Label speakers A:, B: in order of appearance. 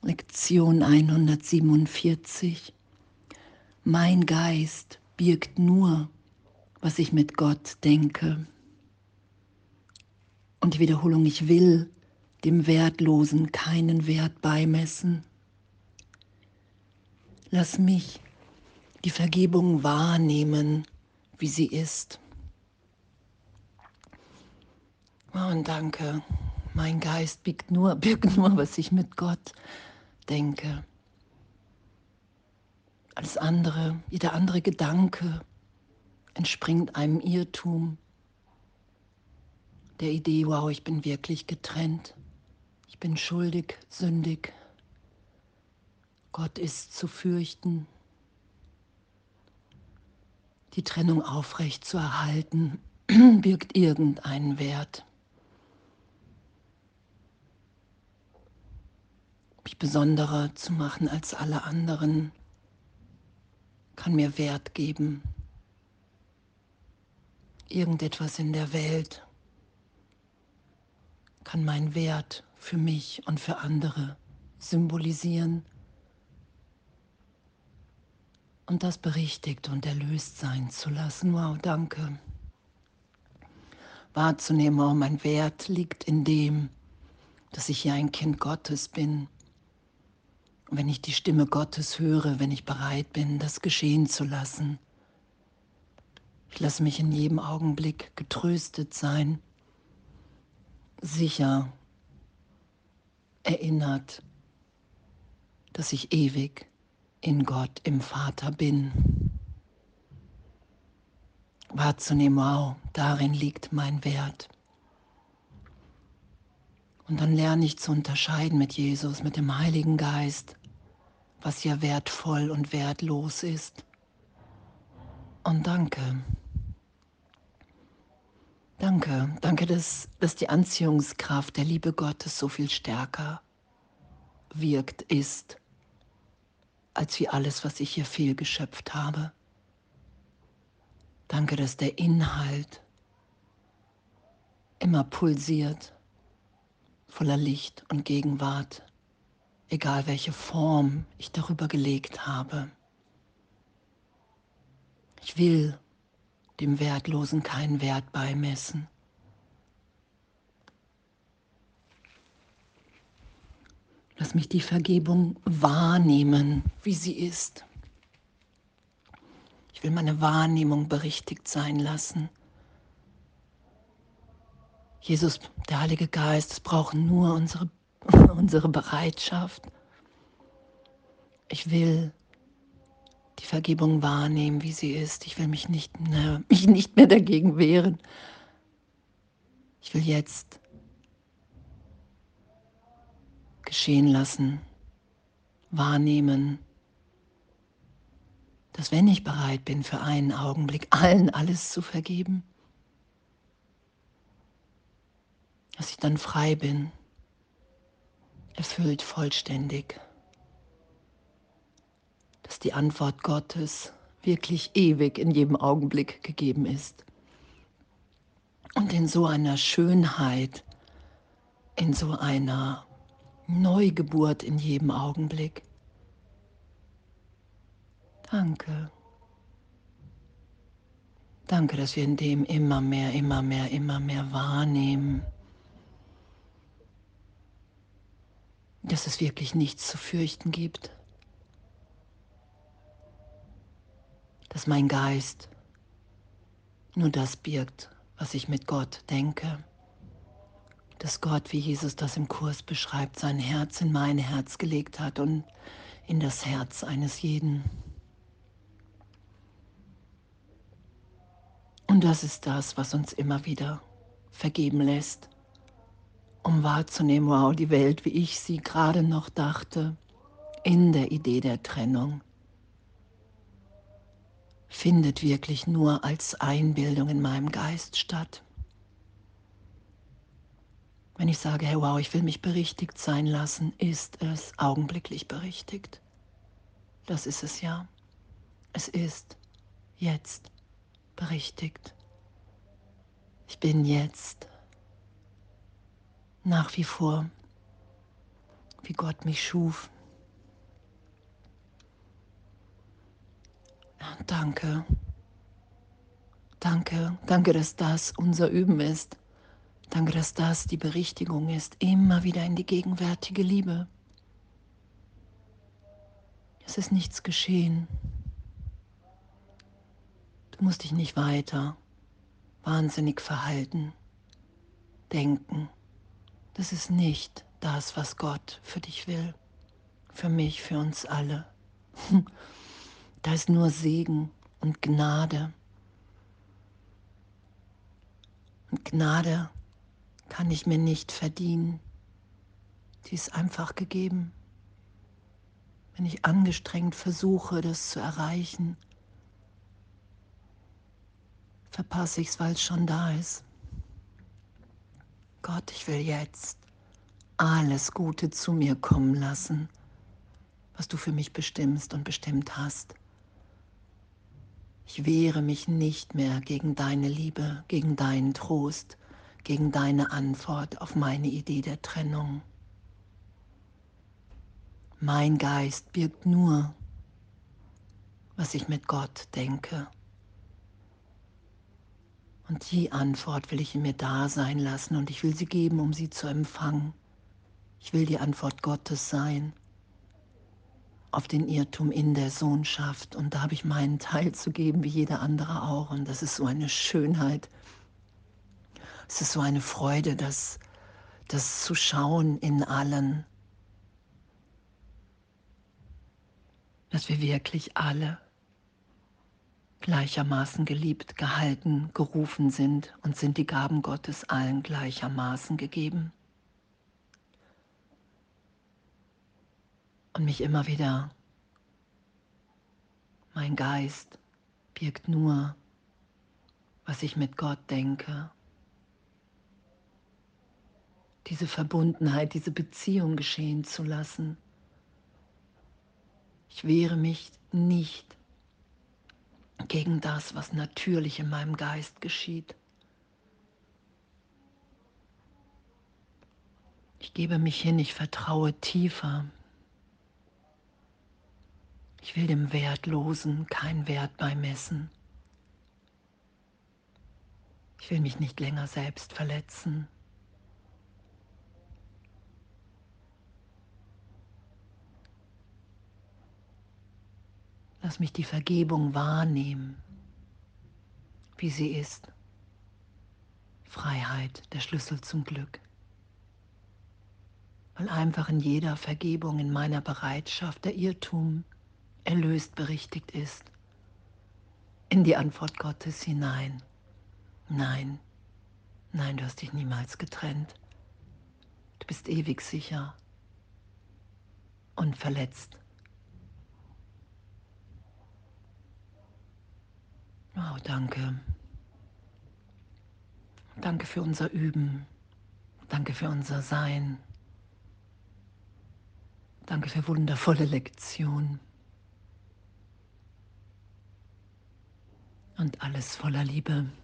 A: Lektion 147. Mein Geist birgt nur, was ich mit Gott denke. Und die Wiederholung, ich will dem Wertlosen keinen Wert beimessen. Lass mich die Vergebung wahrnehmen, wie sie ist. Oh, und danke, mein Geist birgt nur, was ich mit Gott denke. Alles andere, jeder andere Gedanke entspringt einem Irrtum, der Idee, wow, ich bin wirklich getrennt, ich bin schuldig, sündig, Gott ist zu fürchten. Die Trennung aufrecht zu erhalten, birgt irgendeinen Wert. Mich besonderer zu machen als alle anderen, kann mir Wert geben. Irgendetwas in der Welt kann meinen Wert für mich und für andere symbolisieren und das berichtigt und erlöst sein zu lassen. Wow, danke. Wahrzunehmen, oh, mein Wert liegt in dem, dass ich hier ein Kind Gottes bin. Und wenn ich die Stimme Gottes höre, wenn ich bereit bin, das geschehen zu lassen, ich lasse mich in jedem Augenblick getröstet sein, sicher, erinnert, dass ich ewig in Gott, im Vater bin. Wahrzunehmen, wow, darin liegt mein Wert. Und dann lerne ich zu unterscheiden mit Jesus, mit dem Heiligen Geist, was hier wertvoll und wertlos ist. Und danke. Danke, dass die Anziehungskraft der Liebe Gottes so viel stärker wirkt, ist, als wie alles, was ich hier fehlgeschöpft habe. Danke, dass der Inhalt immer pulsiert, voller Licht und Gegenwart, egal welche Form ich darüber gelegt habe. Ich will dem Wertlosen keinen Wert beimessen. Lass mich die Vergebung wahrnehmen, wie sie ist. Ich will meine Wahrnehmung berichtigt sein lassen. Jesus, der Heilige Geist, es braucht nur unsere Bereitschaft. Ich will die Vergebung wahrnehmen, wie sie ist. Ich will mich nicht mehr dagegen wehren. Ich will jetzt geschehen lassen, wahrnehmen, dass wenn ich bereit bin, für einen Augenblick allen alles zu vergeben, dass ich dann frei bin, erfüllt, vollständig, dass die Antwort Gottes wirklich ewig in jedem Augenblick gegeben ist. Und in so einer Schönheit, in so einer Neugeburt in jedem Augenblick. Danke. Danke, dass wir in dem immer mehr wahrnehmen, dass es wirklich nichts zu fürchten gibt, dass mein Geist nur das birgt, was ich mit Gott denke, dass Gott, wie Jesus das im Kurs beschreibt, sein Herz in mein Herz gelegt hat und in das Herz eines jeden. Und das ist das, was uns immer wieder vergeben lässt, um wahrzunehmen, wow, die Welt, wie ich sie gerade noch dachte, in der Idee der Trennung, findet wirklich nur als Einbildung in meinem Geist statt. Wenn ich sage, hey, wow, ich will mich berichtigt sein lassen, ist es augenblicklich berichtigt. Das ist es ja. Es ist jetzt berichtigt. Ich bin jetzt nach wie vor wie Gott mich schuf. Danke, danke, danke, dass das unser Üben ist. Danke, dass das die Berichtigung ist, immer wieder in die gegenwärtige Liebe. Es ist nichts geschehen. Du musst dich nicht weiter wahnsinnig verhalten, denken. Das ist nicht das, was Gott für dich will, für mich, für uns alle. Da ist nur Segen und Gnade. Und Gnade kann ich mir nicht verdienen. Die ist einfach gegeben. Wenn ich angestrengt versuche, das zu erreichen, verpasse ich es, weil es schon da ist. Gott, ich will jetzt alles Gute zu mir kommen lassen, was du für mich bestimmst und bestimmt hast. Ich wehre mich nicht mehr gegen deine Liebe, gegen deinen Trost, gegen deine Antwort auf meine Idee der Trennung. Mein Geist birgt nur, was ich mit Gott denke. Und die Antwort will ich in mir da sein lassen und ich will sie geben, um sie zu empfangen. Ich will die Antwort Gottes sein auf den Irrtum in der Sohnschaft. Und da habe ich meinen Teil zu geben, wie jeder andere auch. Und das ist so eine Schönheit. Es ist so eine Freude, das zu schauen in allen, dass wir wirklich alle gleichermaßen geliebt, gehalten, gerufen sind und sind die Gaben Gottes allen gleichermaßen gegeben. Und mich immer wieder, mein Geist birgt nur, was ich mit Gott denke. Diese Verbundenheit, diese Beziehung geschehen zu lassen. Ich wehre mich nicht gegen das, was natürlich in meinem Geist geschieht. Ich gebe mich hin, ich vertraue tiefer. Ich will dem Wertlosen keinen Wert beimessen. Ich will mich nicht länger selbst verletzen. Lass mich die Vergebung wahrnehmen, wie sie ist. Freiheit, der Schlüssel zum Glück. Weil einfach in jeder Vergebung, in meiner Bereitschaft der Irrtum erlöst, berichtigt ist. In die Antwort Gottes hinein. Nein, nein, du hast dich niemals getrennt. Du bist ewig sicher und verletzt. Oh, danke. Danke für unser Üben. Danke für unser Sein. Danke für wundervolle Lektionen. Und alles voller Liebe.